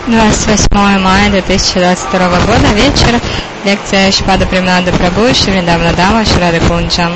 28 мая 2022 года, вечер, лекция Шрипада Премананда Прабху, Шри Вриндавана Дама, Шри Рады Кунджам.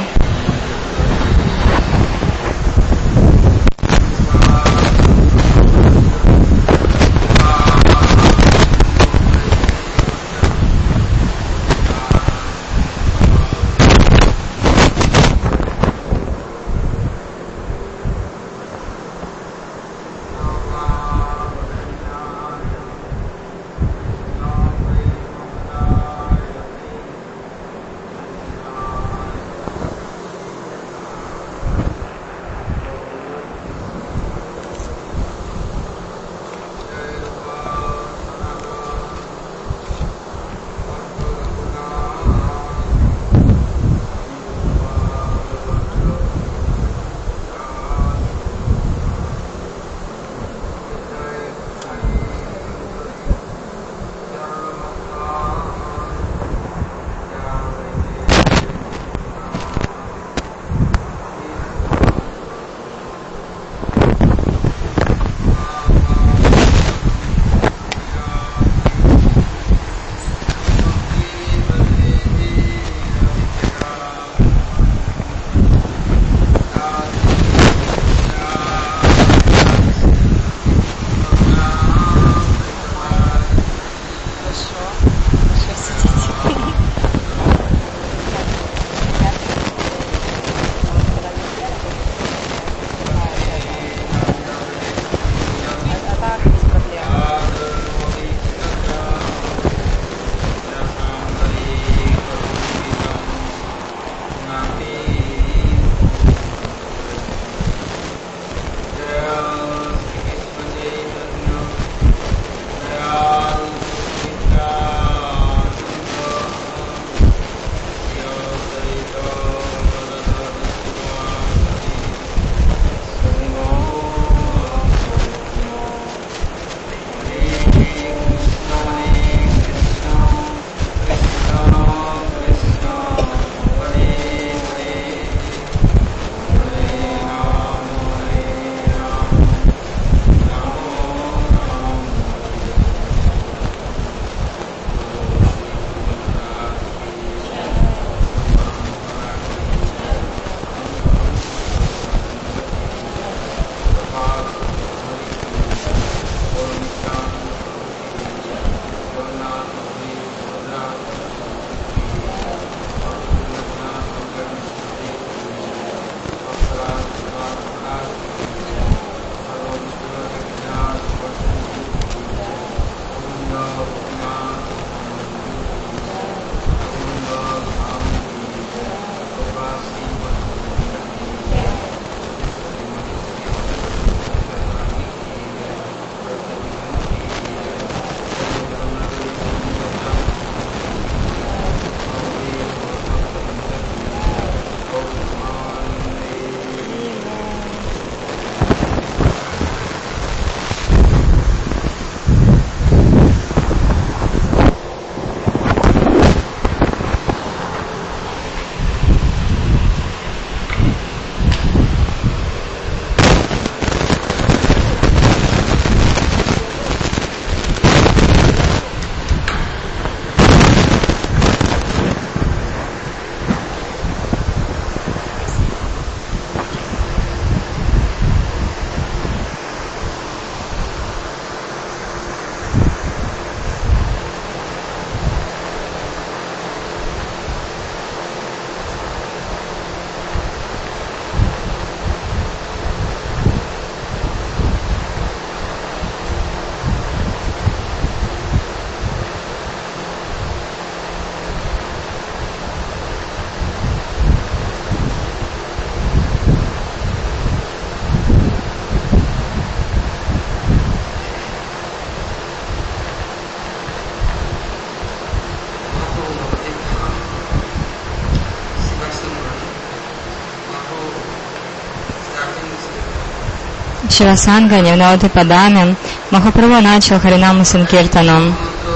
Шивасанга, Нивнавати Падами, Махапрабху начал Харинаму Санкиртаном.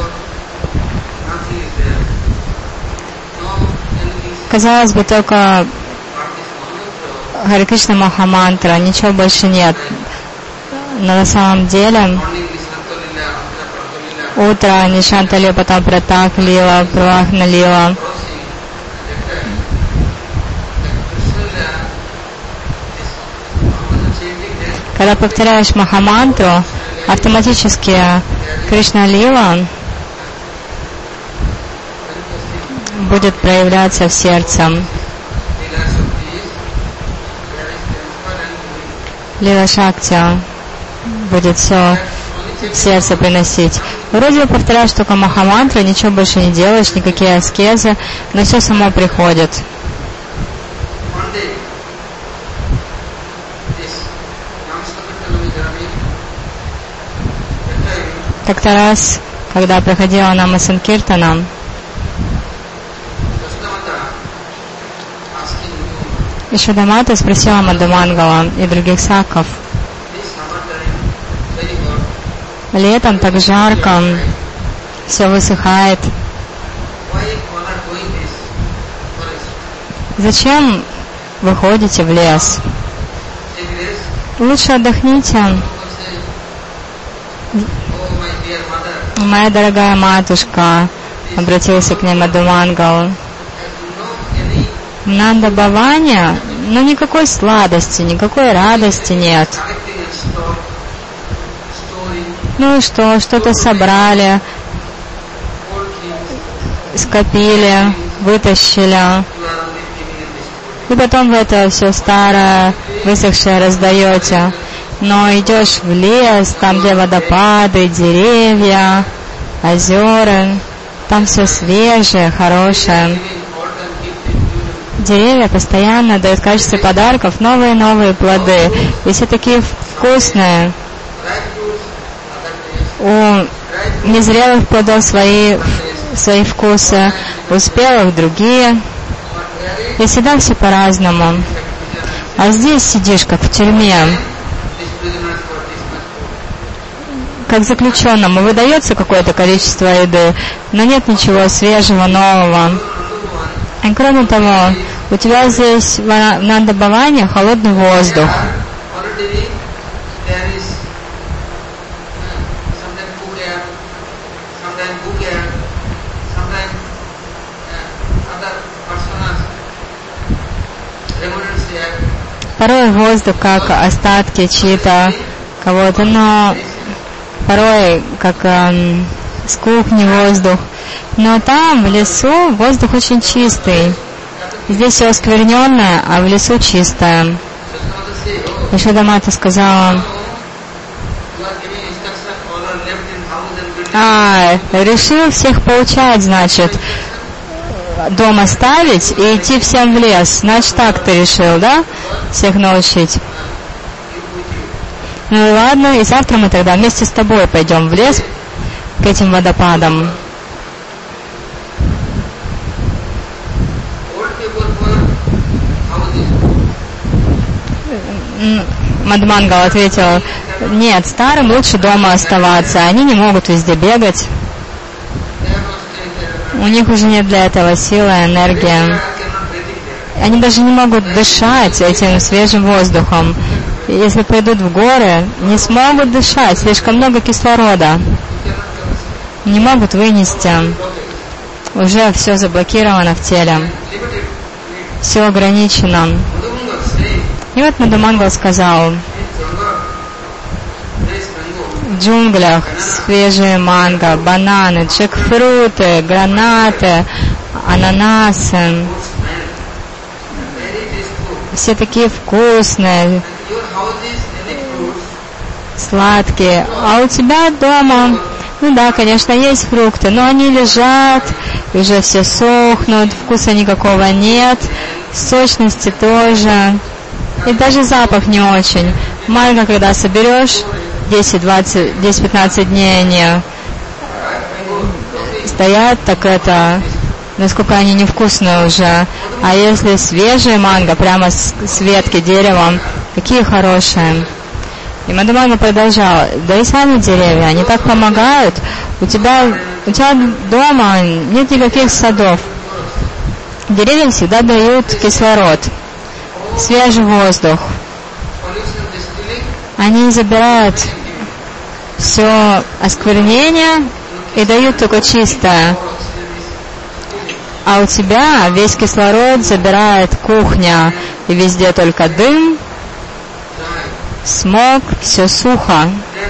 Казалось бы, только Харе Кришна Махамантра, ничего больше нет. Но на самом деле утро Нишанта Лила, потом Пратак Лила, Прахна Лила. Когда повторяешь Махамантру, автоматически Кришна Лила будет проявляться в сердце. Лила Шакти будет все в сердце приносить. Вроде бы повторяешь только Махамантру, ничего больше не делаешь, никакие аскезы, но все само приходит. Как-то раз, когда проходила Нама Санкиртана, Ишвадамата спросила Мадхумангала и других сакхов: летом так жарко, все высыхает. Зачем вы ходите в лес? Лучше отдохните. Моя дорогая матушка, обратился к ней Мадхумангал, в Нанда-Бхаване, но никакой сладости, никакой радости нет. Ну и что, что-то собрали, скопили, вытащили, и потом вы это все старое, высохшее раздаете. Но идешь в лес, там где водопады, деревья, озера, там все свежее, хорошее. Деревья постоянно дают в качестве подарков новые и новые плоды. И все такие вкусные. У незрелых плодов свои вкусы, у спелых другие. И всегда все по-разному. А здесь сидишь, как в тюрьме. Как заключенному выдается какое-то количество еды, но нет ничего свежего, нового. И кроме того, у тебя здесь в Нанда-Бхаване холодный воздух. Порой воздух как остатки чьи-то кого-то, но порой как с кухни воздух. Но там, в лесу, воздух очень чистый. Здесь все оскверненное, а в лесу чистое. Ишвадамата сказала: решил всех поучать, значит, дом оставить и идти всем в лес. Значит, так ты решил, да? Всех научить. Ну и ладно, и завтра мы тогда вместе с тобой пойдем в лес к этим водопадам. Мадхумангал ответил: нет, старым лучше дома оставаться, они не могут везде бегать. У них уже нет для этого силы, энергии. Они даже не могут дышать этим свежим воздухом. Если пойдут в горы, не смогут дышать, слишком много кислорода. Не могут вынести. Уже все заблокировано в теле. Все ограничено. И вот Мадхумангал сказал: в джунглях свежие манго, бананы, джекфруты, гранаты, ананасы. Все такие вкусные, сладкие. А у тебя дома, ну да, конечно, есть фрукты, но они лежат, уже все сохнут, вкуса никакого нет, сочности тоже. И даже запах не очень. Манго, когда соберешь, 10-15 дней они стоят, так это, насколько они невкусные уже. А если свежие манго, прямо с ветки дерева, какие хорошие. И Мадхумангал продолжал: да и сами деревья, они так помогают. У тебя дома нет никаких садов. Деревья всегда дают кислород, свежий воздух. Они забирают все осквернение и дают только чистое. А у тебя весь кислород забирает кухня, и везде только дым, смог, все сухо.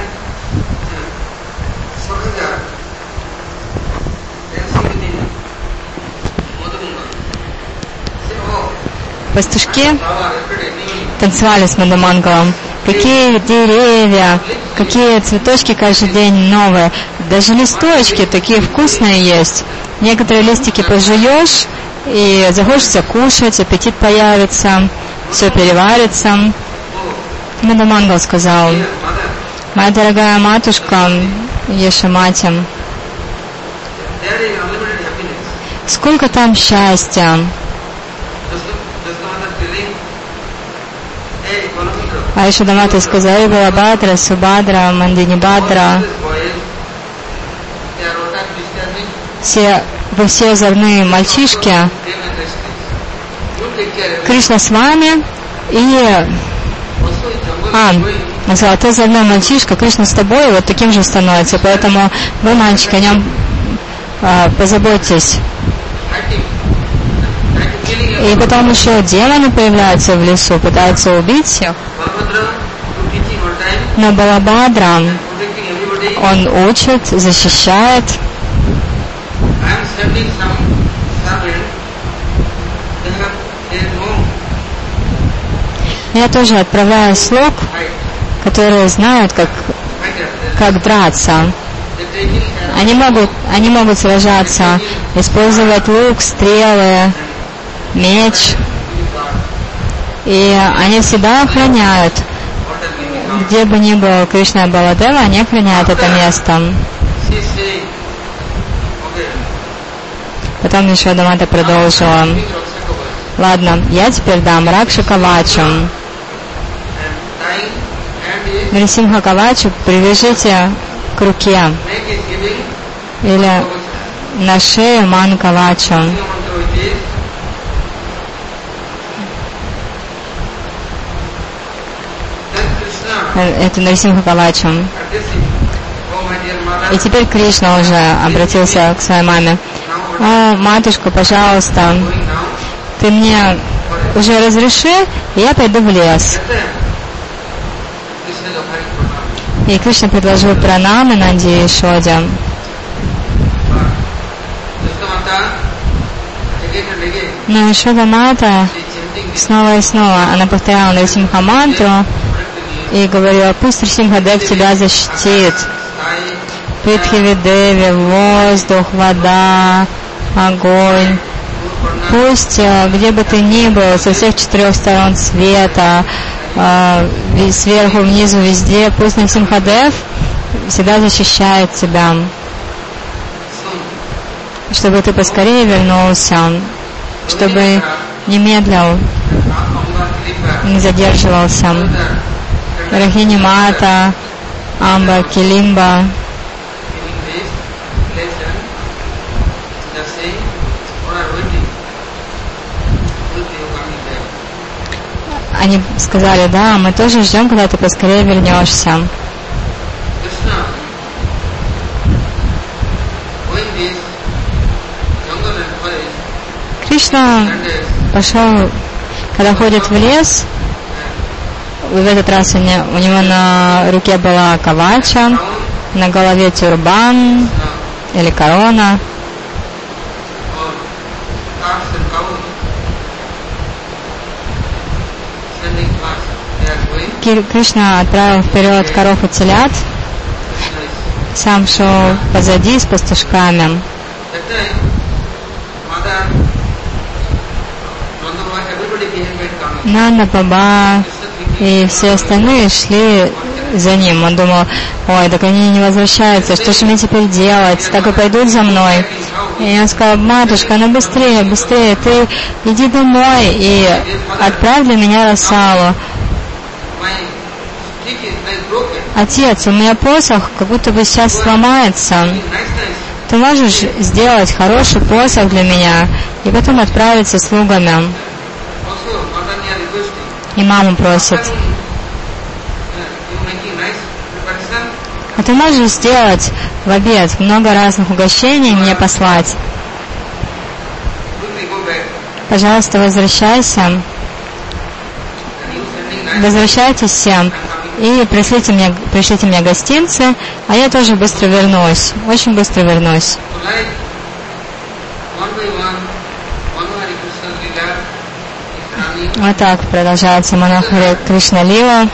Пастушки танцевали с Мадхумангалом. Какие деревья, какие цветочки каждый день новые. Даже листочки такие вкусные есть. Некоторые листики пожуешь, и захочется кушать, аппетит появится, все переварится. Мадхумангал сказал: моя дорогая матушка Яшомати, сколько там счастья. А еще Дамата сказали: Балабадра, Субадра, Мандинибадра. Вы все озорные мальчишки. Кришна с вами. И ты озорной мальчишка, Кришна с тобой, вот таким же становится. Поэтому вы, мальчики, о нем позаботьтесь. И потом еще демоны появляются в лесу, пытаются убить всех. Но Балабадра, он учит, защищает. Я тоже отправляю слуг, которые знают, как драться. Они могут сражаться, использовать лук, стрелы, меч. И они всегда охраняют. Где бы ни был Кришна и Баладева, они охраняют это место. Потом еще Дамата продолжила: ладно, я теперь дам Ракша Кавачу. Нарисимха Кавачу привяжите к руке или на шею Ман Кавачу. Это Нарисимха Кавачу. И теперь Кришна уже обратился к своей маме: о, матушка, пожалуйста, ты мне уже разреши, и я пойду в лес. И Кришна предложил пранамы Нанди и Йашоде. Но Йашода Мата снова и снова она повторяла Нарисимха мантру и говорила: пусть Нарисимхадев тебя защитит. Притхиви Деви, воздух, вода, огонь. Пусть, где бы ты ни был, со всех 4 сторон света, сверху, внизу, везде, пусть Нарисимхадев всегда защищает тебя. Чтобы ты поскорее вернулся, чтобы не медлил, не задерживался. Рахини Мата, Амба, Килимба. Они сказали: да, мы тоже ждем, когда ты поскорее вернешься. Кришна пошел, когда ходит в лес, в этот раз у него на руке была кавача, на голове тюрбан или корона. Кришна отправил вперед коров и телят, сам шел позади с пастушками. Нанда, Баба и все остальные шли за ним. Он думал: ой, так они не возвращаются, что же мне теперь делать? Так и пойдут за мной. И он сказал: матушка, ну быстрее, быстрее, ты иди домой и отправь для меня росалу. Отец, у меня посох как будто бы сейчас сломается. Ты можешь сделать хороший посох для меня и потом отправиться слугами. И мама просит. А ты можешь сделать в обед много разных угощений и мне послать? Пожалуйста, возвращайся. Возвращайтесь всем и пришлите мне гостинцы, а я тоже быстро вернусь. Очень быстро вернусь. Вот так продолжается Мановхари Кришна Лила.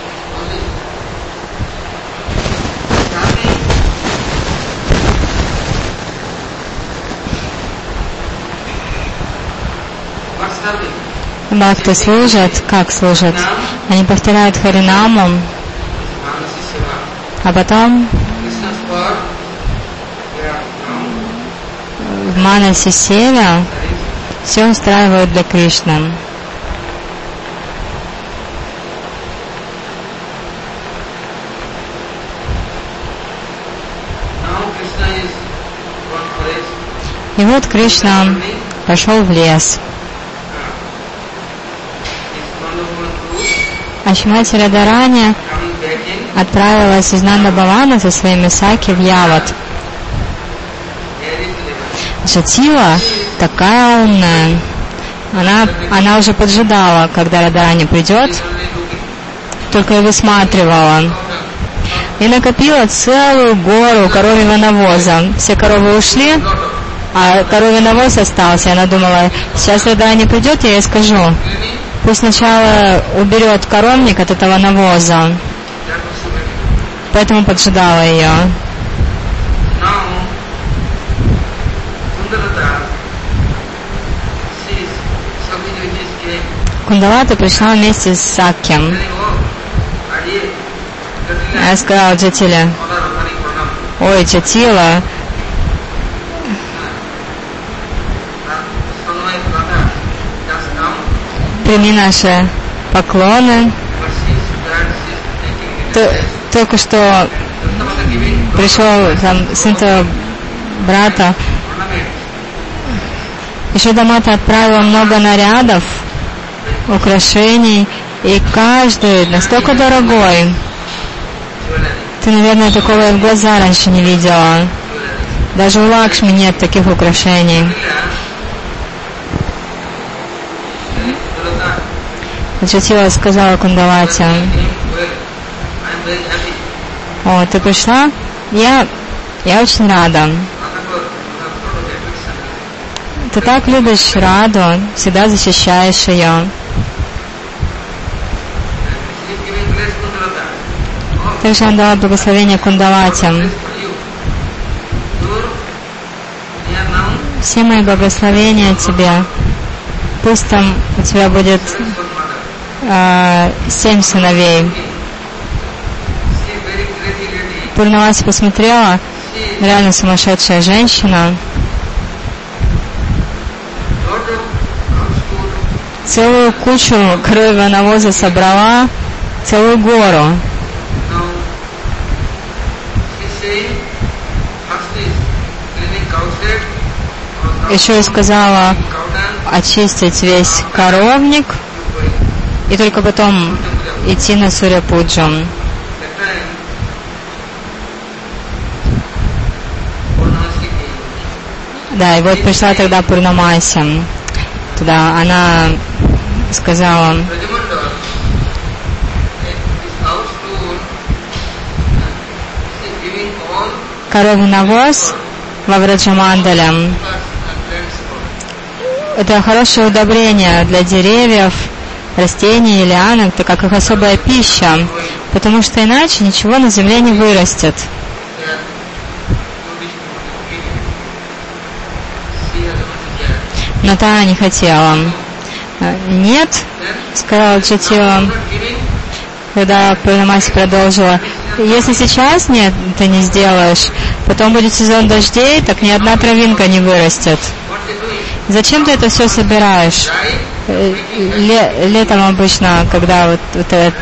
Бхакты служат, как служат? Они повторяют Харинаму, а потом в Манасе Сева все устраивают для Кришны. И вот Кришна пошел в лес. А Шримати Радхарани отправилась из Нанда-Бхавана со своими саки в Яват. Джатила такая умная. Она уже поджидала, когда Радхарани придет, только и высматривала. И накопила целую гору коровьего навоза. Все коровы ушли, а коровий навоз остался. Она думала, сейчас Радхарани придет, я ей скажу. Пусть сначала уберет коровник от этого навоза. Поэтому поджидала ее. Кундалата пришла вместе с Сакьям. Я сказала Джатиле: ой, Джатила, прими наши поклоны. Только что пришел там сын брата. Еще Дамата отправила много нарядов, украшений, и каждый настолько дорогой. Ты, наверное, такого и в глаза раньше не видела. Даже у Лакшми нет таких украшений. Джатила сказала Кундалате: о, ты пришла? Я очень рада. Ты так любишь Раду, всегда защищаешь ее. Также она дала благословение Кундалате. Все мои благословения тебе. Пусть там у тебя будет 7 сыновей. Пурнаваси посмотрела, реально сумасшедшая женщина. Целую кучу коровьего навоза собрала, целую гору. Еще и сказала очистить весь коровник и только потом идти на Сурья-пуджу. Да, и вот пришла тогда Пурнамаси. Туда она сказала: коровий навоз во Враджамандале — это хорошее удобрение для деревьев, растений и лианок, так как их особая пища, потому что иначе ничего на земле не вырастет. Но та не хотела. Нет, сказала Джатила, когда Пурнамаси продолжила: если сейчас нет, ты не сделаешь, потом будет сезон дождей, так ни одна травинка не вырастет. Зачем ты это все собираешь? Летом обычно, когда вот это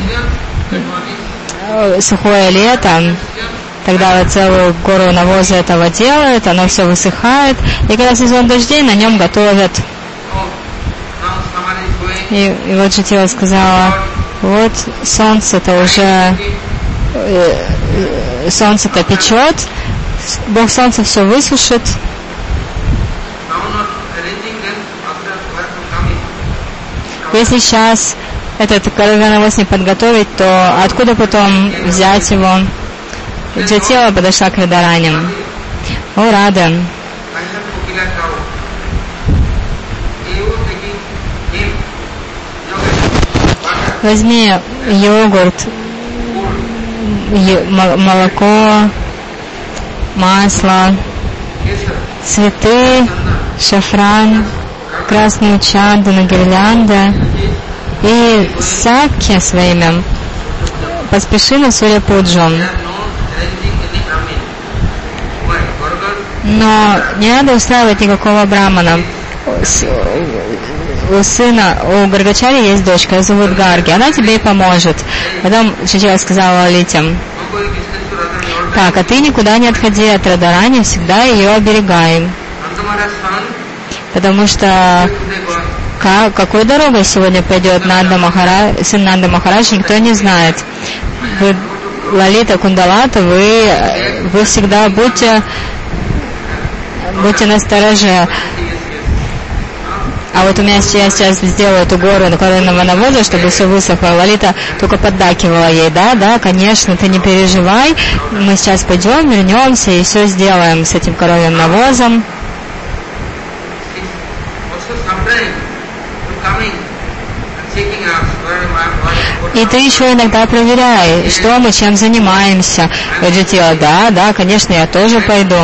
сухое лето, тогда вот целую гору навоза этого делают, оно все высыхает, и когда сезон дождей, на нем готовят. И вот Джатила сказала: вот солнце-то уже солнце-то печет, Бог солнца все высушит. Если сейчас этот коровьянавоз не подготовить, то откуда потом взять его? Джатила подошла к Радарани. О, Рада, возьми йогурт, молоко, масло, цветы, шафран, красную чандану, гирлянда и сакки своими. Поспеши на Сурья-пуджу. Но не надо устраивать никакого брамана. У Гаргачари есть дочка, ее зовут Гарги, она тебе и поможет. Потом Чичила сказала Лалите: так, а ты никуда не отходи от Радарани, всегда ее оберегай. Потому что какой дорогой сегодня пойдет сын Нанда Махараджа, никто не знает. Вы, Лалита Кундалата, вы всегда будьте настороже. А вот я сейчас сделаю эту гору коровьяного навоза, чтобы все высохло. Лалита только поддакивала ей: да, конечно, ты не переживай, мы сейчас пойдем, вернемся и все сделаем с этим коровьим навозом. И ты еще иногда проверяй, что мы чем занимаемся. Джатила: да, конечно, я тоже пойду.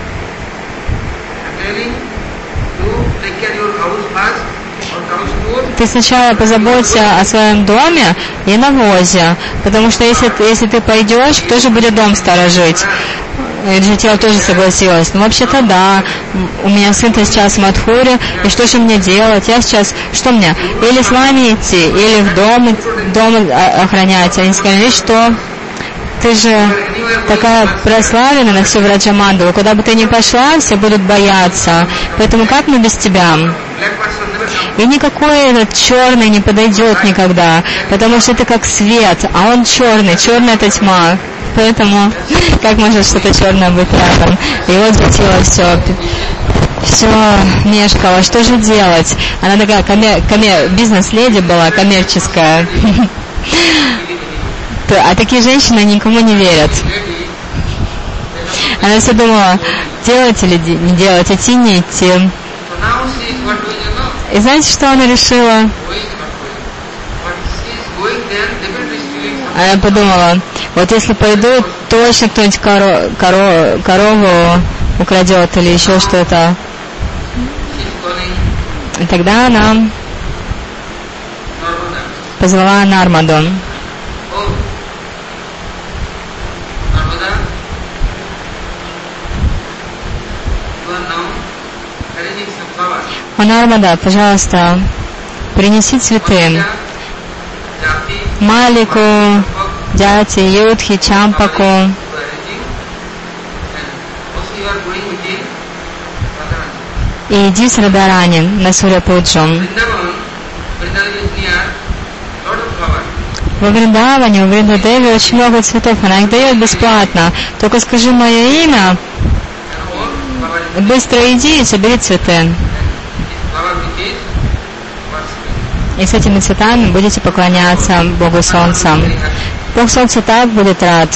Ты сначала позаботься о своем доме и навозе, потому что если ты пойдешь, кто же будет дом сторожить? Джатила тоже согласилась. Ну, вообще-то да, у меня сын-то сейчас в Мадхуре, и что же мне делать? Я сейчас, что мне? Или с вами идти, или в дом охранять. Они сказали: что? Ты же такая прославленная на всю Враджамандалу, куда бы ты ни пошла, все будут бояться. Поэтому как мы без тебя? И никакой этот черный не подойдет никогда, потому что ты как свет, а он черный это тьма. Поэтому как может что-то черное быть рядом? И вот Джатила все мешкала, что же делать? Она такая бизнес-леди была, коммерческая. А такие женщины никому не верят. Она все думала, делать или не делать, идти, не идти. И знаете, что она решила? Она подумала: вот если пойду, точно кто-нибудь корову украдет или еще что-то. И тогда она позвала Нармаду. О, Нармада, пожалуйста, принеси цветы. Малику, Джати, Юдхи, Чампаку. И иди с Радарани на Сурья-пуджу. Во Вриндаване, у Вриндадеви очень много цветов, она их дает бесплатно. Только скажи мое имя, быстро иди и собери цветы. И с этими цветами будете поклоняться Богу Солнца. Бог Солнца так будет рад.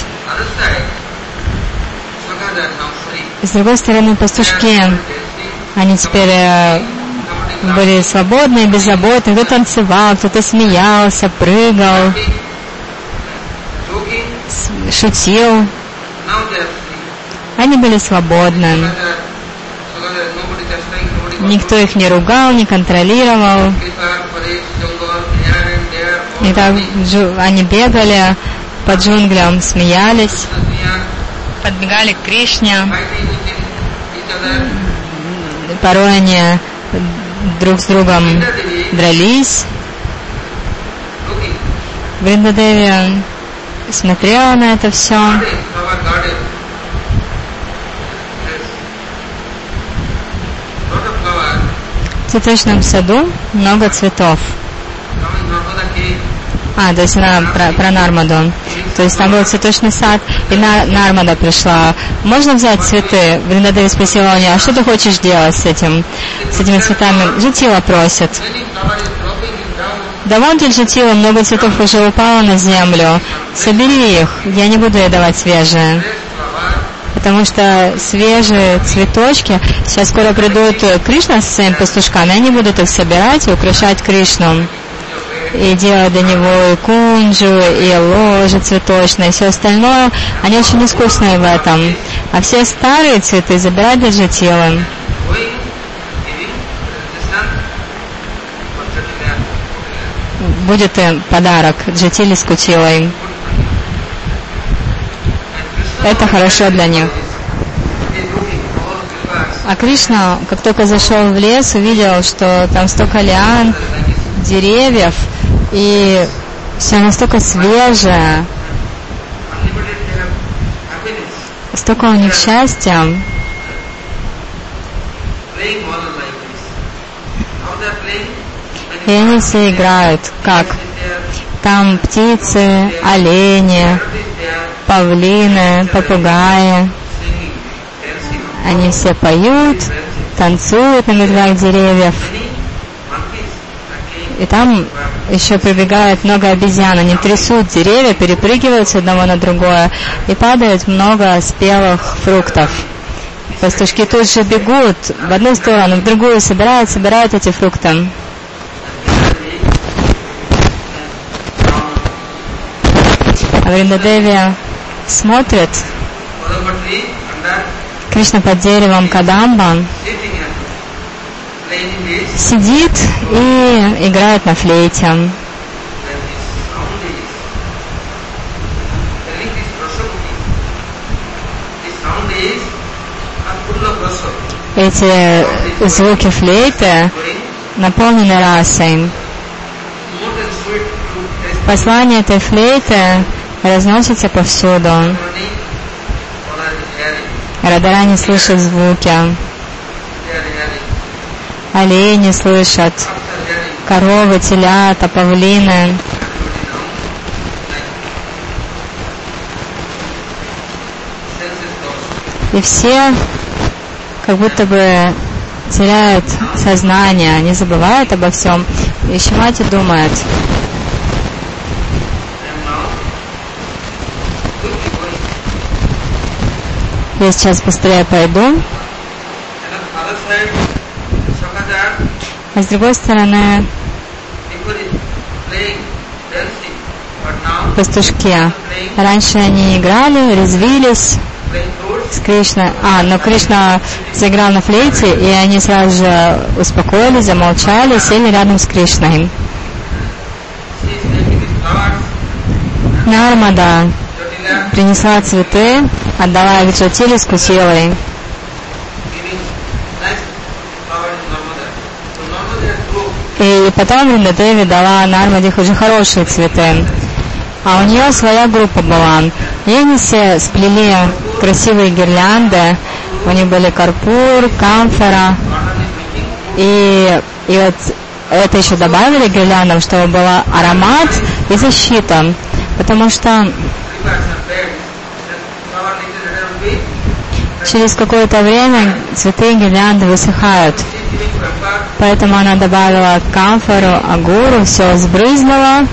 С другой стороны, пастушки, они теперь были свободны и беззаботны. Кто танцевал, кто-то смеялся, прыгал, шутил. Они были свободны. Никто их не ругал, не контролировал. И так они бегали по джунглям, смеялись, подбегали к Кришне. Порой они друг с другом дрались. Вриндадеви смотрела на это все. В цветочном саду много цветов. То есть она про Нармаду. То есть там был цветочный сад, и Нармада пришла. Можно взять цветы? Вриндадеви спросила у нее, а что ты хочешь делать с этими цветами? Джатила просит. Да вон тут Джатила, много цветов уже упало на землю. Собери их, я не буду ей давать свежие. Потому что свежие цветочки, сейчас скоро придут Кришна со своими пастушками, они будут их собирать и украшать Кришну. И делать для него и кунджу, и ложе цветочное, и все остальное. Они очень искусные в этом. А все старые цветы забирать для Джатилы. Будет им подарок Джатиле с Кутилой. Это хорошо для них. А Кришна, как только зашел в лес, увидел, что там столько лиан, деревьев, и все настолько свежее, столько у них счастья. И они все играют, как? Там птицы, олени, павлины, попугаи. Они все поют, танцуют на ветвях деревьев. И там еще прибегает много обезьян. Они трясут деревья, перепрыгивают с одного на другое, и падает много спелых фруктов. Пастушки тут же бегут в одну сторону, в другую, собирают эти фрукты. А Вриндадеви смотрит. Кришна под деревом Кадамба сидит и играет на флейте. Эти звуки флейты наполнены расой. Послание этой флейты разносится повсюду. Радарани слышат звуки. Олени слышат, коровы, телята, павлины. И все как будто бы теряют сознание, они забывают обо всем. И Шимати думает: я сейчас быстрее пойду. А с другой стороны, пастушки. Раньше они играли, резвились с Кришной. Но Кришна заиграл на флейте, и они сразу же успокоились, замолчали, сели рядом с Кришной. Нармада принесла цветы, отдала их Джатиле с Кутилой. И потом Вриндадеви дала Нармаде уже хорошие цветы. А у нее своя группа была. И они все сплели красивые гирлянды. У них были карпур, камфора. И вот это еще добавили гирляндам, чтобы был аромат и защита. Потому что через какое-то время цветы и гирлянды высыхают. Поэтому она добавила камфору, агуру, все сбрызнула.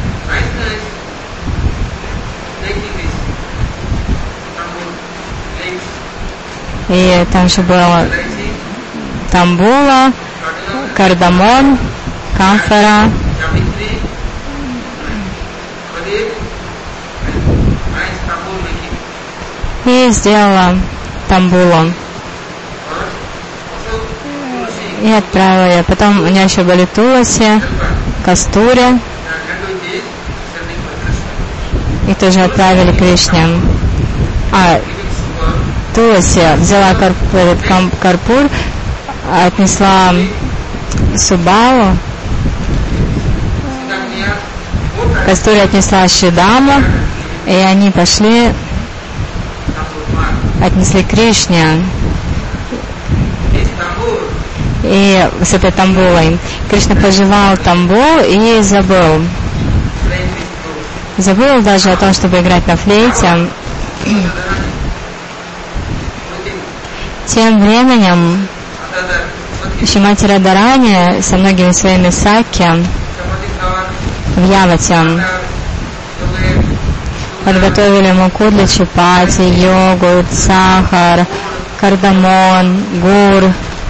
И там еще было тамбула, кардамон, камфора. И сделала тамбулу. И отправила ее. Потом у нее еще были туласи, кастури. И тоже отправили Кришне. Туласи взяла карпур, отнесла Субалу. Кастури отнесла Шидаму. И они пошли, отнесли Кришне. И с этой тамбулой Кришна пожевал тамбул и забыл. забыл даже о том, чтобы играть на флейте. Тем временем Шримати Радхарани со многими своими саки в Явате подготовили муку для чапати, йогурт, сахар, кардамон, гур,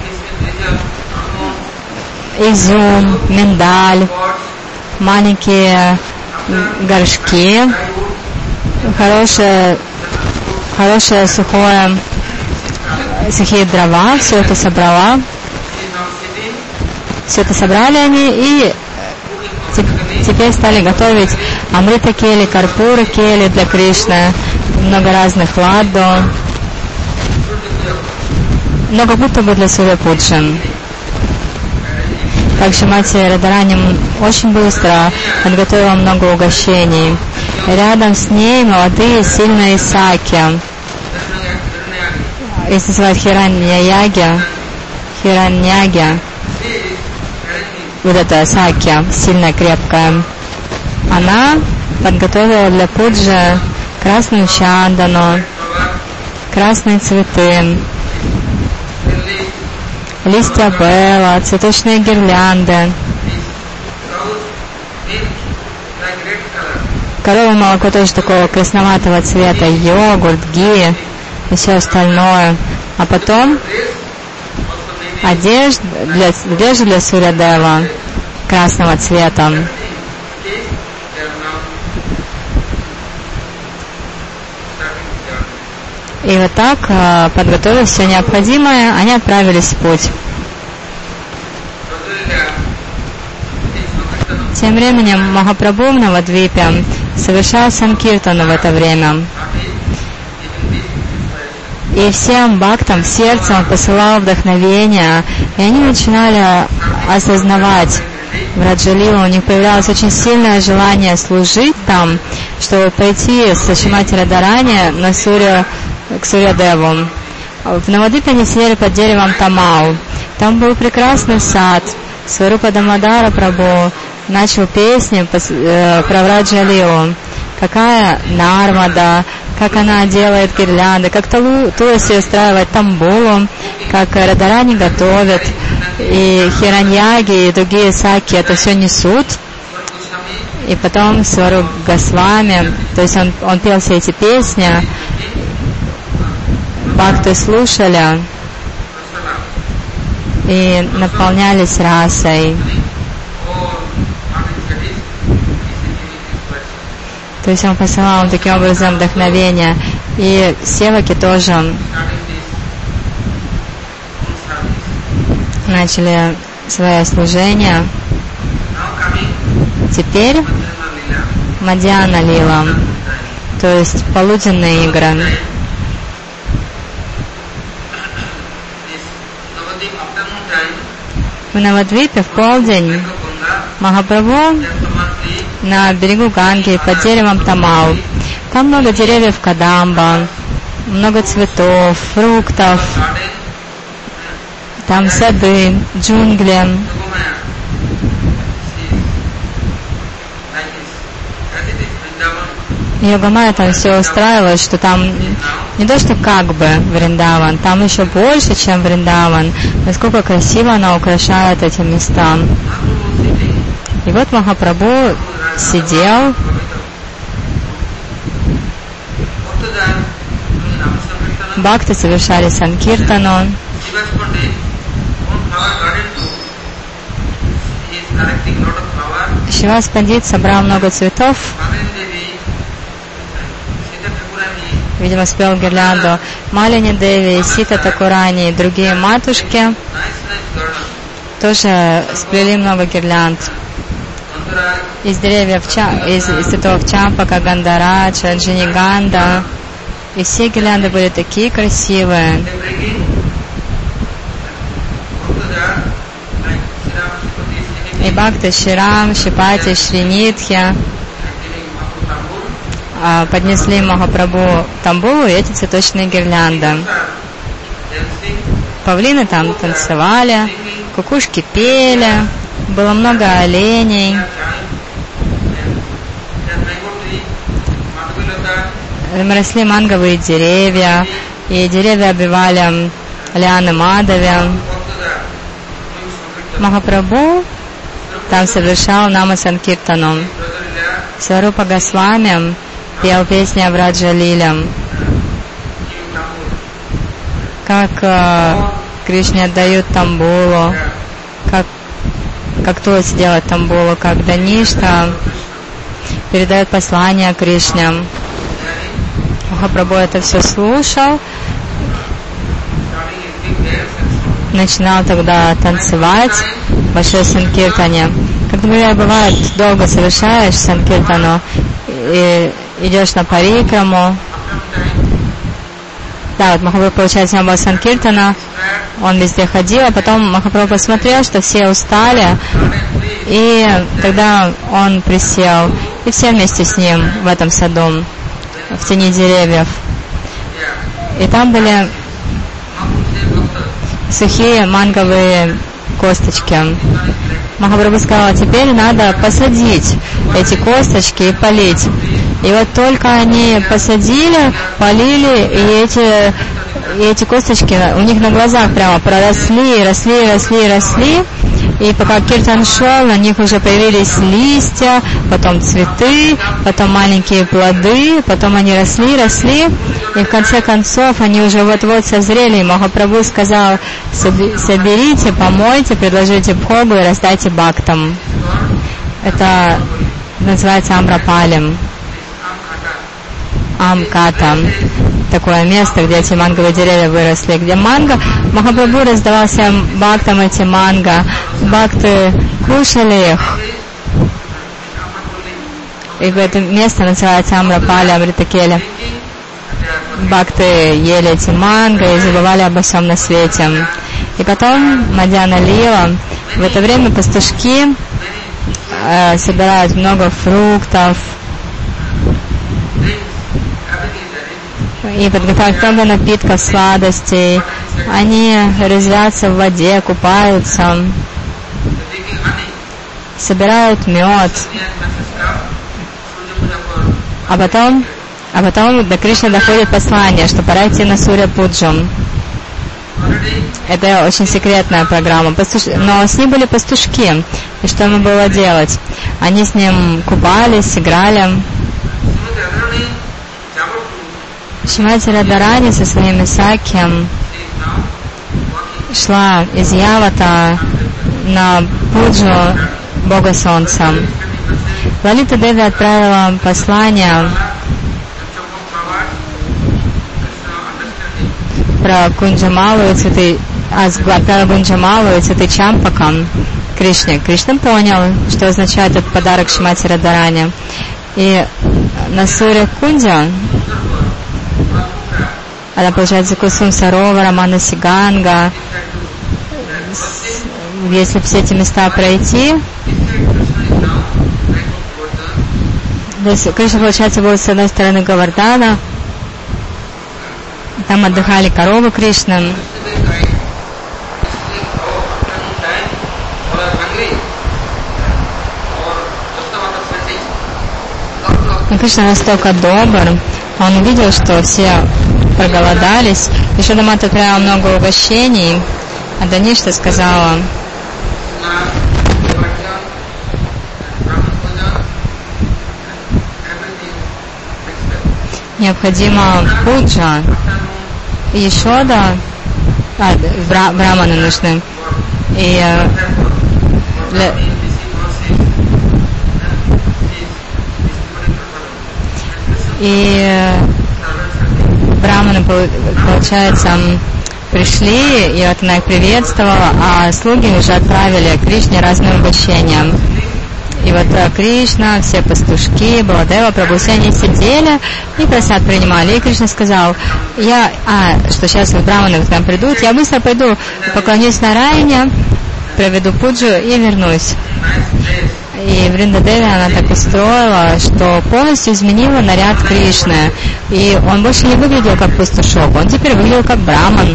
изюм, миндаль, маленькие горшки, хорошее сухие дрова, все это собрали они и теперь стали готовить амрита кели, карпура кели для Кришны, много разных ладду, но как будто бы для Сурья Пуджи. Так Шримати Радхарани очень быстро подготовила много угощений. Рядом с ней молодые сильные саки. Их называют хираньяги. Вот эта саки, сильная, крепкая. Она подготовила для пуджи красную чандану, красные цветы, листья белла, цветочные гирлянды, коровье молоко тоже такого красноватого цвета, йогурт, ги и все остальное. А потом одежда для Сурьядева красного цвета. И вот так, подготовив все необходимое, они отправились в путь. Тем временем Махапрабху в Навадвипе совершал санкиртану в это время. И всем бхактам в сердце он посылал вдохновение, и они начинали осознавать в Раджалилу, у них появлялось очень сильное желание служить там, чтобы пойти с Шримати Радхарани к Сурьядеву. В Навадвипе они сидели под деревом Тамал. Там был прекрасный сад. Сварупа Дамодара Прабху начал песни про Раджалилу. Какая Нармада, как она делает гирлянды, как Туласи устраивает тамбулу, как Радхарани готовит, и хираньяги, и другие саки это все несут. И потом Сваруб Госвами, то есть он пел все эти песни, бхакты слушали и наполнялись расой. То есть он посылал таким образом вдохновение. И севаки тоже начали свое служение. Теперь Мадьяна Лила, то есть полуденные игры. В Навадвипе в полдень Махапрабху на берегу Ганги под деревом Тамал. Там много деревьев кадамба, много цветов, фруктов, там сады, джунгли. Йогамая там все устраивает, что там не то, что как бы Вриндаван, там еще больше, чем Вриндаван. Насколько красиво она украшает эти места. И вот Махапрабху сидел, бхакты совершали санкиртану. Шривас Пандит собрал много цветов, видимо, спел гирлянду. Малини Деви, Сита Такурани и другие матушки тоже сплели много гирлянд. Из деревьев, из цветов Чампака, Гандараджа, Джиниганда. И все гирлянды были такие красивые. И бхакты Шрирам, Шипати, Шринитхи поднесли Махапрабху тамбулу и эти цветочные гирлянды. Павлины там танцевали, кукушки пели, было много оленей. росли манговые деревья, и деревья обвивали лианы Мадхави. Махапрабху там совершал Нама-санкиртану. Сварупа Госвами пел песни о Враджа-лиле. Как Кришне отдают тамбулу, как Тулси делает тамбулу, как Даништа передает послание Кришне. Махапрабху это все слушал, начинал тогда танцевать в большой санкиртане. Как, например, бывает, долго совершаешь санкиртану и идешь на парикраму. Да, вот Махапрабху, получается, у него была санкиртана, он везде ходил, а потом Махапрабху посмотрел, что все устали, и тогда он присел, и все вместе с ним в этом саду, в тени деревьев. И там были сухие манговые косточки. Махапрабху сказал, теперь надо посадить эти косточки и полить. И вот только они посадили, полили, и эти косточки у них на глазах прямо проросли, росли. И пока киртан шел, на них уже появились листья, потом цветы, потом маленькие плоды, потом они росли, и в конце концов они уже вот-вот созрели. И Махапрабху сказал, соберите, помойте, предложите бхогу и раздайте бхактам. Это называется Амрапалем. Амката. Такое место, где эти манговые деревья выросли, где манго. Махапрабху раздавал всем бхактам эти манго. Бхакты кушали их. И это место называется Амрапали, Амритакели. Бхакты ели эти манго и забывали обо всем на свете. И потом Мадьяна Лила. В это время пастушки собирают много фруктов и подготавливают много напитков, сладостей. Они резвятся в воде, купаются, собирают мед. А потом до Кришны доходит послание, что пора идти на Сурья-пуджу. Это очень секретная программа. Но с ним были пастушки. И что ему было делать? Они с ним купались, играли. Шримати Радарани со своими саки шла из Явата на пуджу Бога Солнца. Лалита Деви отправила послание про Кунджамалу и цветы, отправила Кунджамалу и цветы Чампакам Кришне. Кришна понял, что означает этот подарок Шримати Радарани. И на Сурья Кунджа, она, получается, Кусум Саровара, Манаси Ганга. Если все эти места пройти, то есть Кришна, получается, был с одной стороны Говардхана, там отдыхали коровы Кришны. Но Кришна настолько добр, он увидел, что все проголодались. Ешодамата отправила много угощений, а Даништа сказала: необходима пуджа. Ешода, браманы нужны. И браманы, получается, пришли, и вот она их приветствовала, а слуги уже отправили Кришне разные угощения. И вот Кришна, все пастушки, Баладева, Прабху, все они сидели и прасад принимали. И Кришна сказал: что сейчас вот браманы к нам придут, я быстро пойду, поклонюсь Нараяне, проведу пуджу и вернусь. И Вриндадеви она так устроила, что полностью изменила наряд Кришны. И он больше не выглядел как пастушок, он теперь выглядел как браман.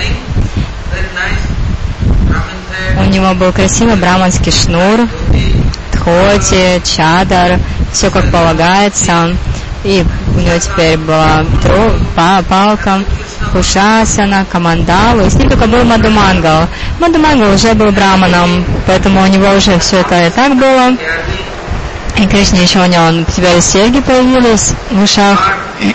У него был красивый браманский шнур, тхоти, чадар, все как полагается. И у него теперь была палка, Кушасана, Камандалу, и с ним только был Мадхумангал. Мадхумангал уже был браманом, поэтому у него уже все это и так было. И Кришна еще у него теперь серьги появились в ушах.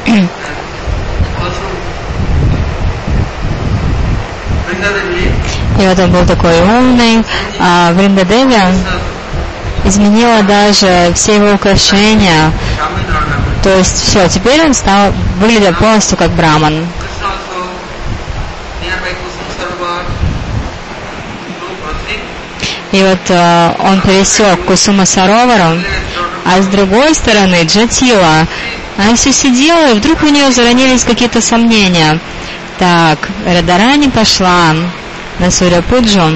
И вот он был такой умный, а Вриндадеви изменила даже все его украшения. То есть все, теперь он выглядел полностью как браман. И вот он пересек Кусума Саровару, а с другой стороны Джатила. Она все сидела, и вдруг у нее заронились какие-то сомнения. Так, Радарани пошла на Сурья-пуджу.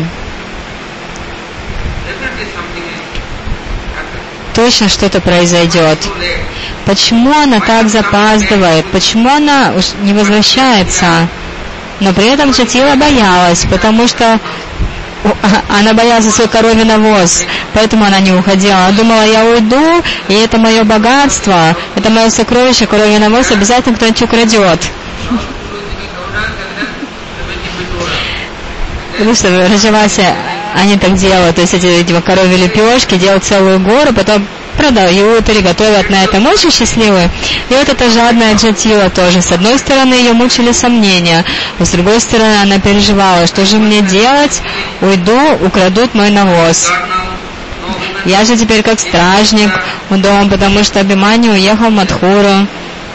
Точно что-то произойдет. Почему она так запаздывает? Почему она не возвращается? Но при этом Джатила боялась, потому что она боялась за свой коровий навоз, поэтому она не уходила. Она думала, я уйду, и это мое богатство, это мое сокровище, коровий навоз, обязательно кто-нибудь украдет. Потому что в Раджавасе они так делают, то есть эти коровьи лепешки делают целую гору, потом продают или готовят на этом, очень счастливые. И вот эта жадная Джатила тоже. С одной стороны, ее мучили сомнения, а с другой стороны, она переживала, что же мне делать, уйду, украдут мой навоз. Я же теперь как стражник у дома, потому что Абхиманью уехал в Мадхуру.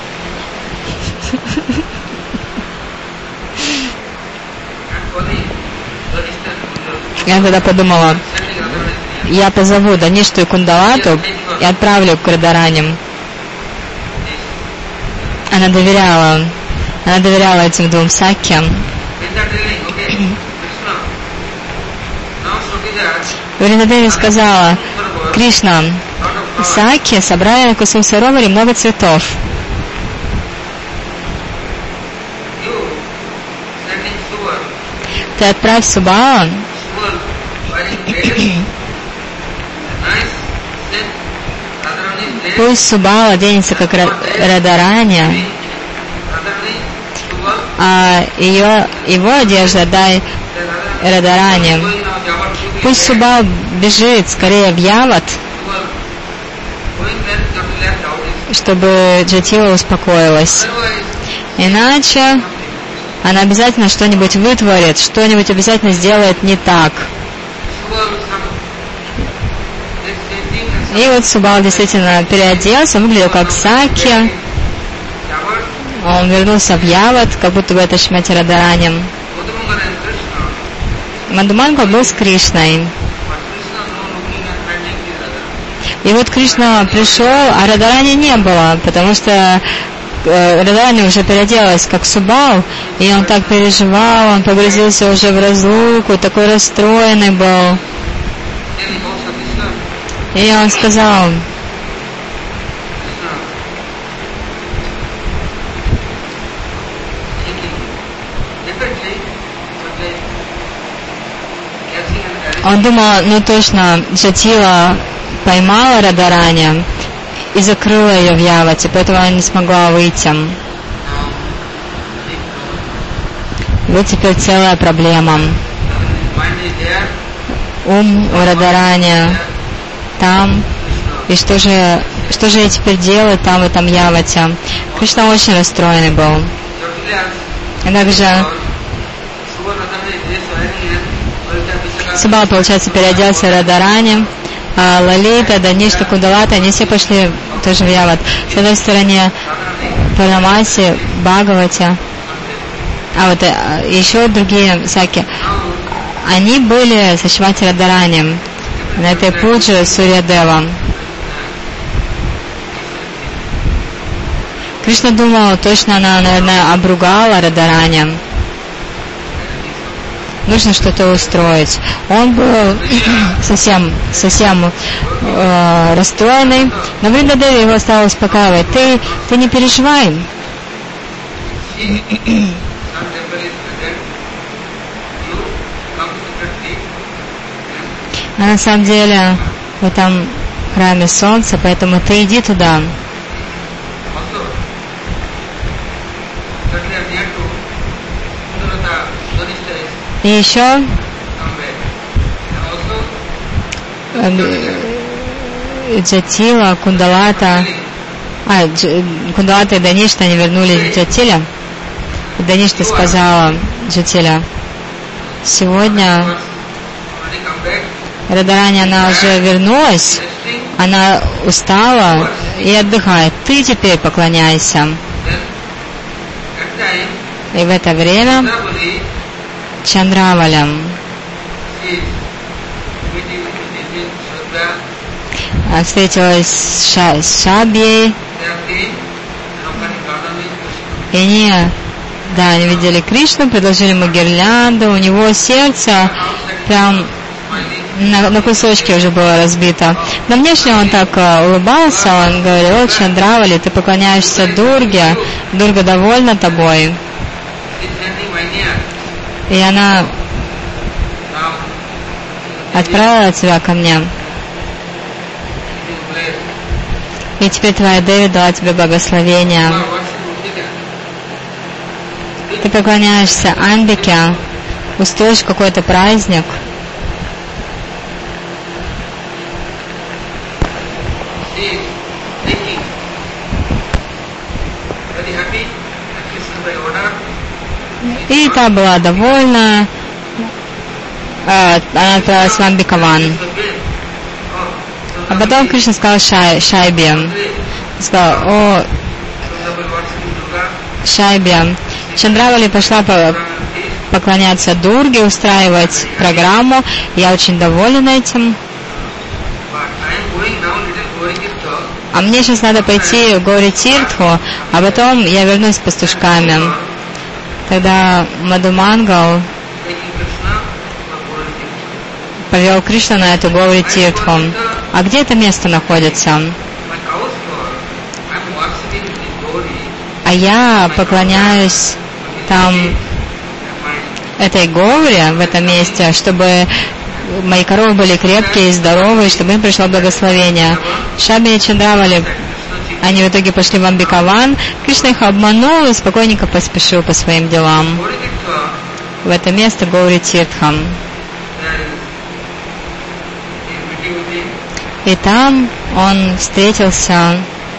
Я тогда подумала, я позову Даништу и Кундалату и отправлю к Радараням. Она доверяла этим двум сакьям. Вриндадеви сказала, Кришна, сакьи собрали на Кусум Сароваре много цветов. Ты отправь Субала, пусть Субала оденется как Радарани, а его одежда дай Радарани. Пусть Субал бежит скорее в Яват, чтобы Джатила успокоилась. Иначе она обязательно что-нибудь вытворит, что-нибудь обязательно сделает не так. И вот Субал действительно переоделся, выглядел как Сакья. Он вернулся в Яват, как будто бы это Шримати Радарани. Мадхумангал был с Кришной. И вот Кришна пришел, а Радарани не было, потому что Радарани уже переоделась как Субал, и он так переживал, он погрузился уже в разлуку, такой расстроенный был. И он сказал, он думал, ну точно, Джатила поймала Радарани и закрыла ее в Явате, поэтому она не смогла выйти. Вот теперь целая проблема. Ум у Радарани там, и что же я теперь делаю там, в этом Явате? Кришна очень расстроенный был. И также Субал, получается, переоделся Радарани, а Лалита, Даништа, Кундалата, они все пошли тоже в Яват. С одной стороны Парамаси, Бхагавати, а вот еще другие саки, они были со Шримати Радарани на этой пудже Сурья-дева. Кришна думал, точно она, наверное, обругала Радарани. Нужно что-то устроить. Он был совсем расстроенный, но Вриндадеви его стала успокаивать. Ты не переживай. А на самом деле в этом храме солнца, поэтому ты иди туда. И еще Джатила, Кундалата, Кундалата и Даништа, они вернулись Джатиля. И Даништа сказала Джатиля: сегодня Радарани, она уже вернулась, она устала и отдыхает. Ты теперь поклоняйся. И в это время Чандравалям встретилась с Шабьей, и они видели Кришну, предложили ему гирлянду, у него сердце прям на кусочки уже было разбито. Но внешне он так улыбался, он говорил: Чандравали, ты поклоняешься Дурге, Дурга довольна тобой. И она отправила тебя ко мне. И теперь твоя Деви дала тебе благословение. Ты поклоняешься Амбике, устроишь какой-то праздник. И та была довольна. Она отправилась в Амбикаван. А потом Кришна сказал Шайбе, сказал: о, Шайбе, Чандравали пошла поклоняться Дурге, устраивать программу. Я очень доволен этим. А мне сейчас надо пойти в Гаури-Тиртху, а потом я вернусь с пастушками. Тогда Мадхумангал повел Кришну на эту Гаури-Тиртху. А где это место находится? А я поклоняюсь там этой Гауре, в этом месте, чтобы мои коровы были крепкие и здоровые, чтобы им пришло благословение. Шаби и Чандравали, они в итоге пошли в Амбикаван. Кришна их обманул и спокойненько поспешил по своим делам. В это место Гаури-Тиртха. И там он встретился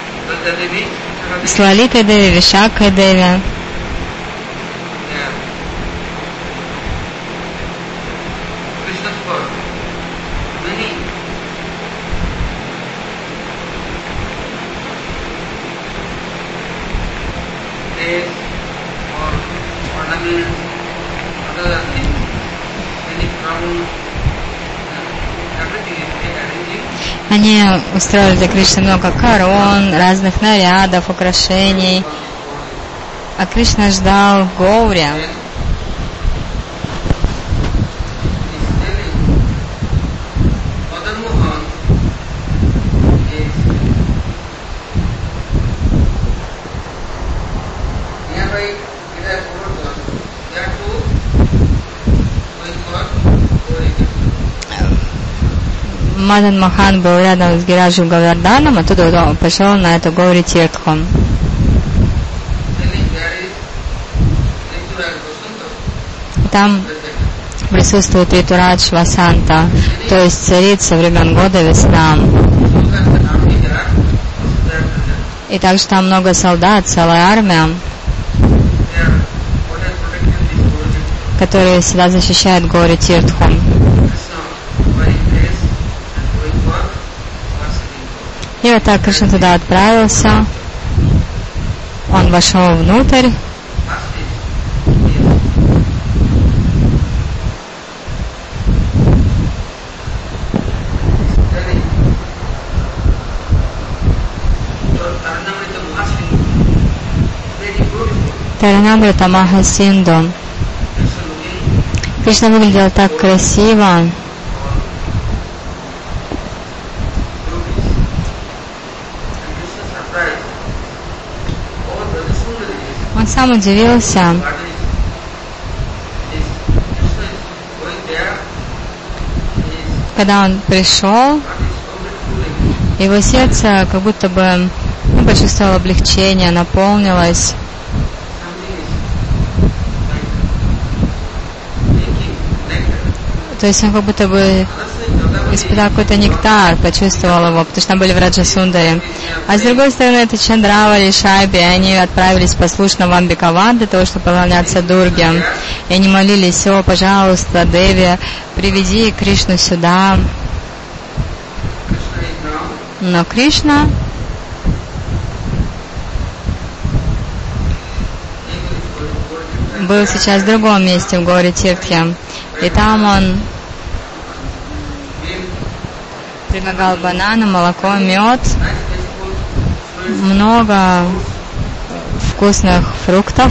с Лалитой Деви, Вишакхой Деви. Они устроили для Кришны много корон, разных нарядов, украшений. А Кришна ждал в Гауре. Мадан Махан был рядом с Гираджем Говарданом, оттуда он пошел на эту Гаури-Тиртху. Там присутствует Ритурадж Васанта, то есть царица времен года весна. И также там много солдат, целая армия, которые всегда защищают Гаури-Тиртху. И вот так Кришна туда отправился. Он вошел внутрь. Таранамрита Махасинду. Кришна выглядел так красиво. Он сам удивился. Когда он пришел, его сердце как будто бы почувствовало облегчение, наполнилось. То есть он как будто бы испытал какой-то нектар, почувствовал его, потому что там были в Раджасундаре. А с другой стороны, это Чандравали, Шайби, они отправились послушно в Амбикаван для того, чтобы поклоняться Дурге. И они молились: о, пожалуйста, Деви, приведи Кришну сюда. Но Кришна был сейчас в другом месте, в горе Тиртхе. И там он предлагал бананы, молоко, мед, много вкусных фруктов.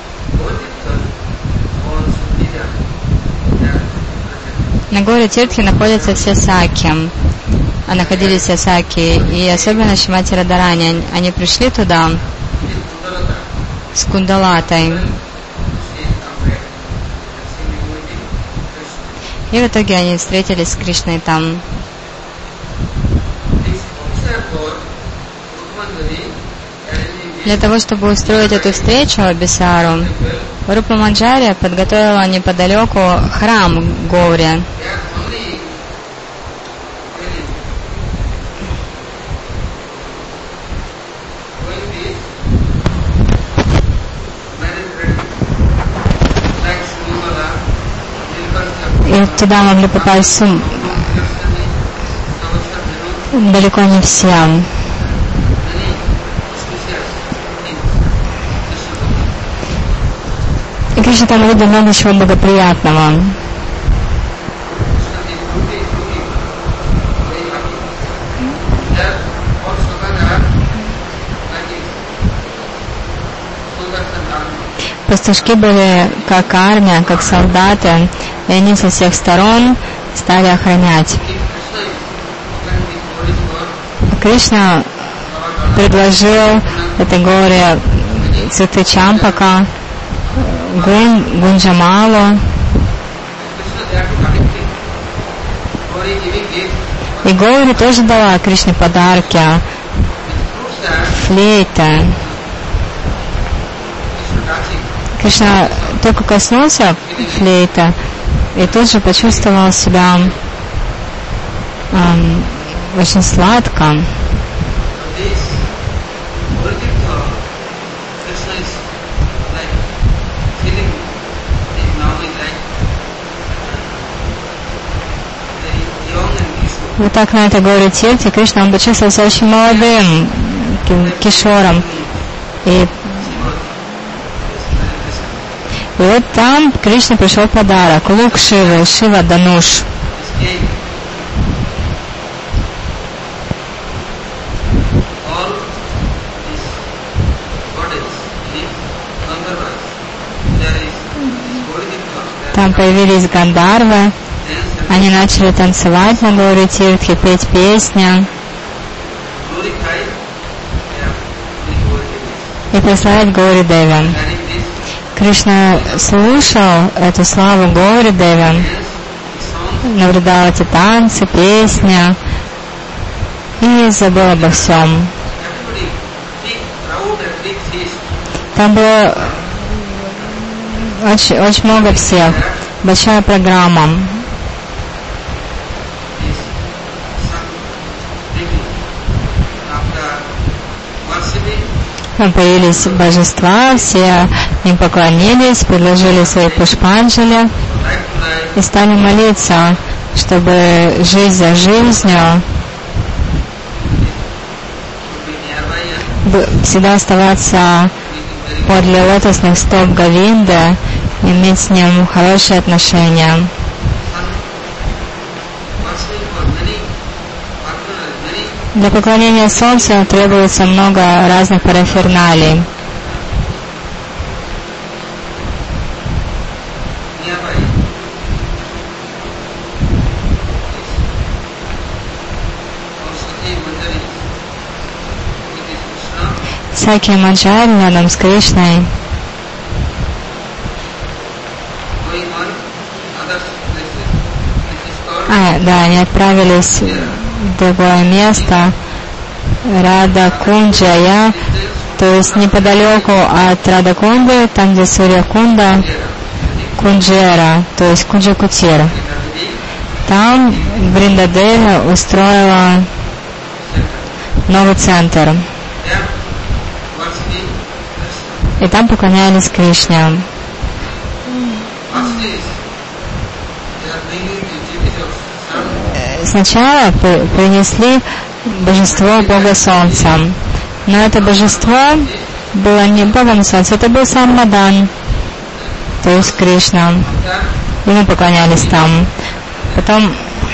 На горе Тиртхе находятся все саки, а находились все саки, и особенно Шримати Радарани. Они пришли туда с Кундалатой. И в итоге они встретились с Кришной там. Для того, чтобы устроить эту встречу Бисару, Рупа Манджари подготовила неподалеку храм Гаури. И туда могли попасть далеко не все. И Кришна там видел много чего благоприятного. Пастушки были как армия, как солдаты, и они со всех сторон стали охранять. Кришна предложил этой горе цветы чампака, гунджамалу. И Гаури тоже дала Кришне подарки, флейты. Кришна только коснулся флейта и тут же почувствовал себя очень сладко. Вот так на этой горе Тиртхе Кришна, он почувствовался очень молодым кишором. И вот там Кришне пришел подарок. Лук Шивы, Шива Дануш. Там появились Гандарвы. Они начали танцевать на горе Тиртхе, петь песни и прославить Гаури Деви. Кришна слушал эту славу Гаури Деви, наблюдал эти танцы, песни и забыл обо всем. Там было очень много всех, большая программа. Там появились божества, все им поклонились, предложили свои пушпанджали и стали молиться, чтобы жизнь за жизнью всегда оставаться подле лотосных стоп Говинды и иметь с ним хорошие отношения. Для поклонения Солнцу требуется много разных параферналий. Саки Манджари рядом с Кришной. Да, они отправились в другое место, Рада Кунджая, то есть неподалеку от Рада Кунды, там где Сурья Кунда, Кунджера, то есть Кунджа Кутира. там Вриндадеви устроила новый центр. И там поклонялись Кришне. Сначала принесли божество Бога Солнца. Но это божество было не Богом Солнца, это был сам Мадан, то есть Кришна. Ему поклонялись там. Потом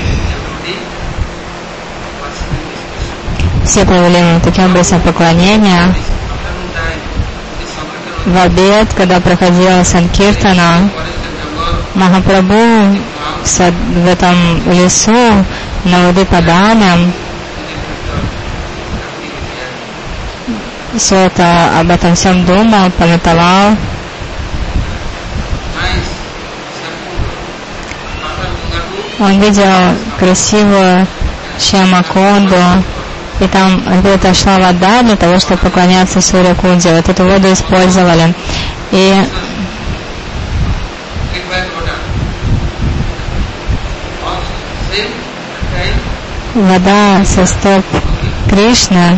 все провели ему таким образом поклонение. В обед, когда проходила Санкиртана, Махапрабху в этом лесу на Удипадане все это, об этом всем думал, пометовал. Он видел красивую Шьямакунду, и там где-то шла вода для того, чтобы поклоняться Сурья-кунде. Вот эту воду использовали. И вода со стоп Кришны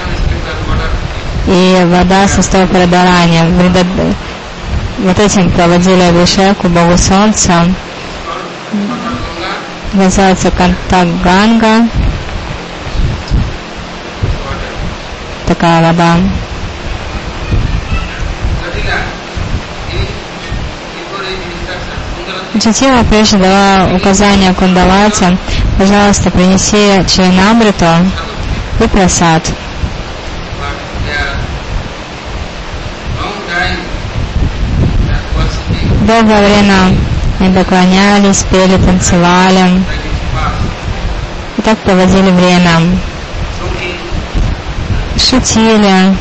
и вода со стоп Радарани. Вот этим проводили Абхишеку Богу Солнца. Называется Кантаганга. Такая вода. Чатива прежде дала указание Кундавати: пожалуйста, принеси Чаринамриту и прасад. Долгое время они поклонялись, пели, танцевали. И так проводили время. Шутили.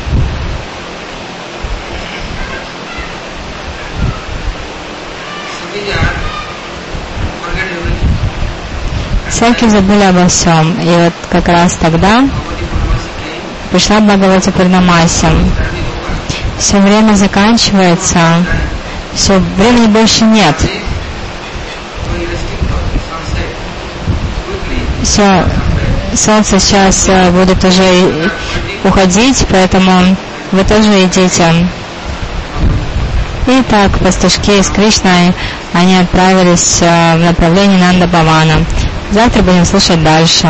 Всякие забыли обо всем. И вот как раз тогда пришла Бхагавати Пурнамаси. Все время заканчивается. Все, времени больше нет. Все, солнце сейчас будет уже уходить, поэтому вы тоже идите. И так пастушки с Кришной, они отправились в направлении Нанда-Бхавана. Завтра будем слушать дальше.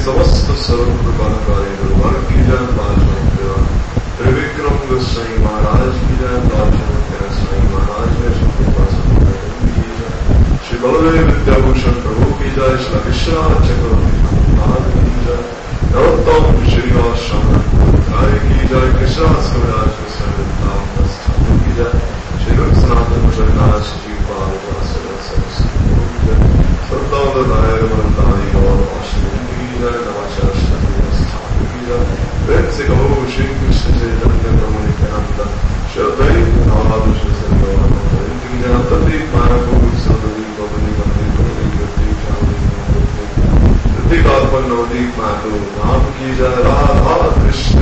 समस्त सर्व कृपाकारी भगवान की जय, त्रिविक्रम गोस्वामी महाराज की जय, स्वामी महाराज ने श्री बलदेव विद्याभूषण प्रभु की जय, श्री विश्वनाथ चक्रवर्ती की जय, नरोत्तम श्रीनिवास श्याम की जय, कृष्णदास कविराज की जय, श्री सनातन जगन्नाथ जी पाल प्रेम से कहो श्री कृष्ण चैतन्य प्रभु नित्यानंद श्री अद्वैत गदाधर श्री ऋतिकात्मक नवदीप माधु नाम की जय, राधा कृष्ण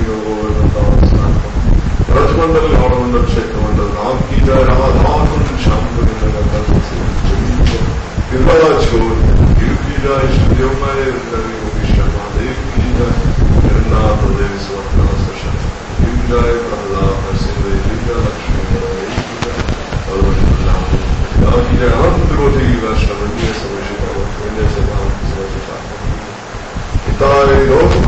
रजमंडल गौरमंडल क्षेत्र मंडल नाम की जय, राधा कुंड श्याम गिरिराज गौर देव की जय, श्री देवमय महादेव की जय, जगन्नाथ देव सुभद्रा की जय, प्रहलाद नरसिंह देव की जय, लक्ष्मी की जय, अनंत कोटि वैष्णव समय हिताय लोक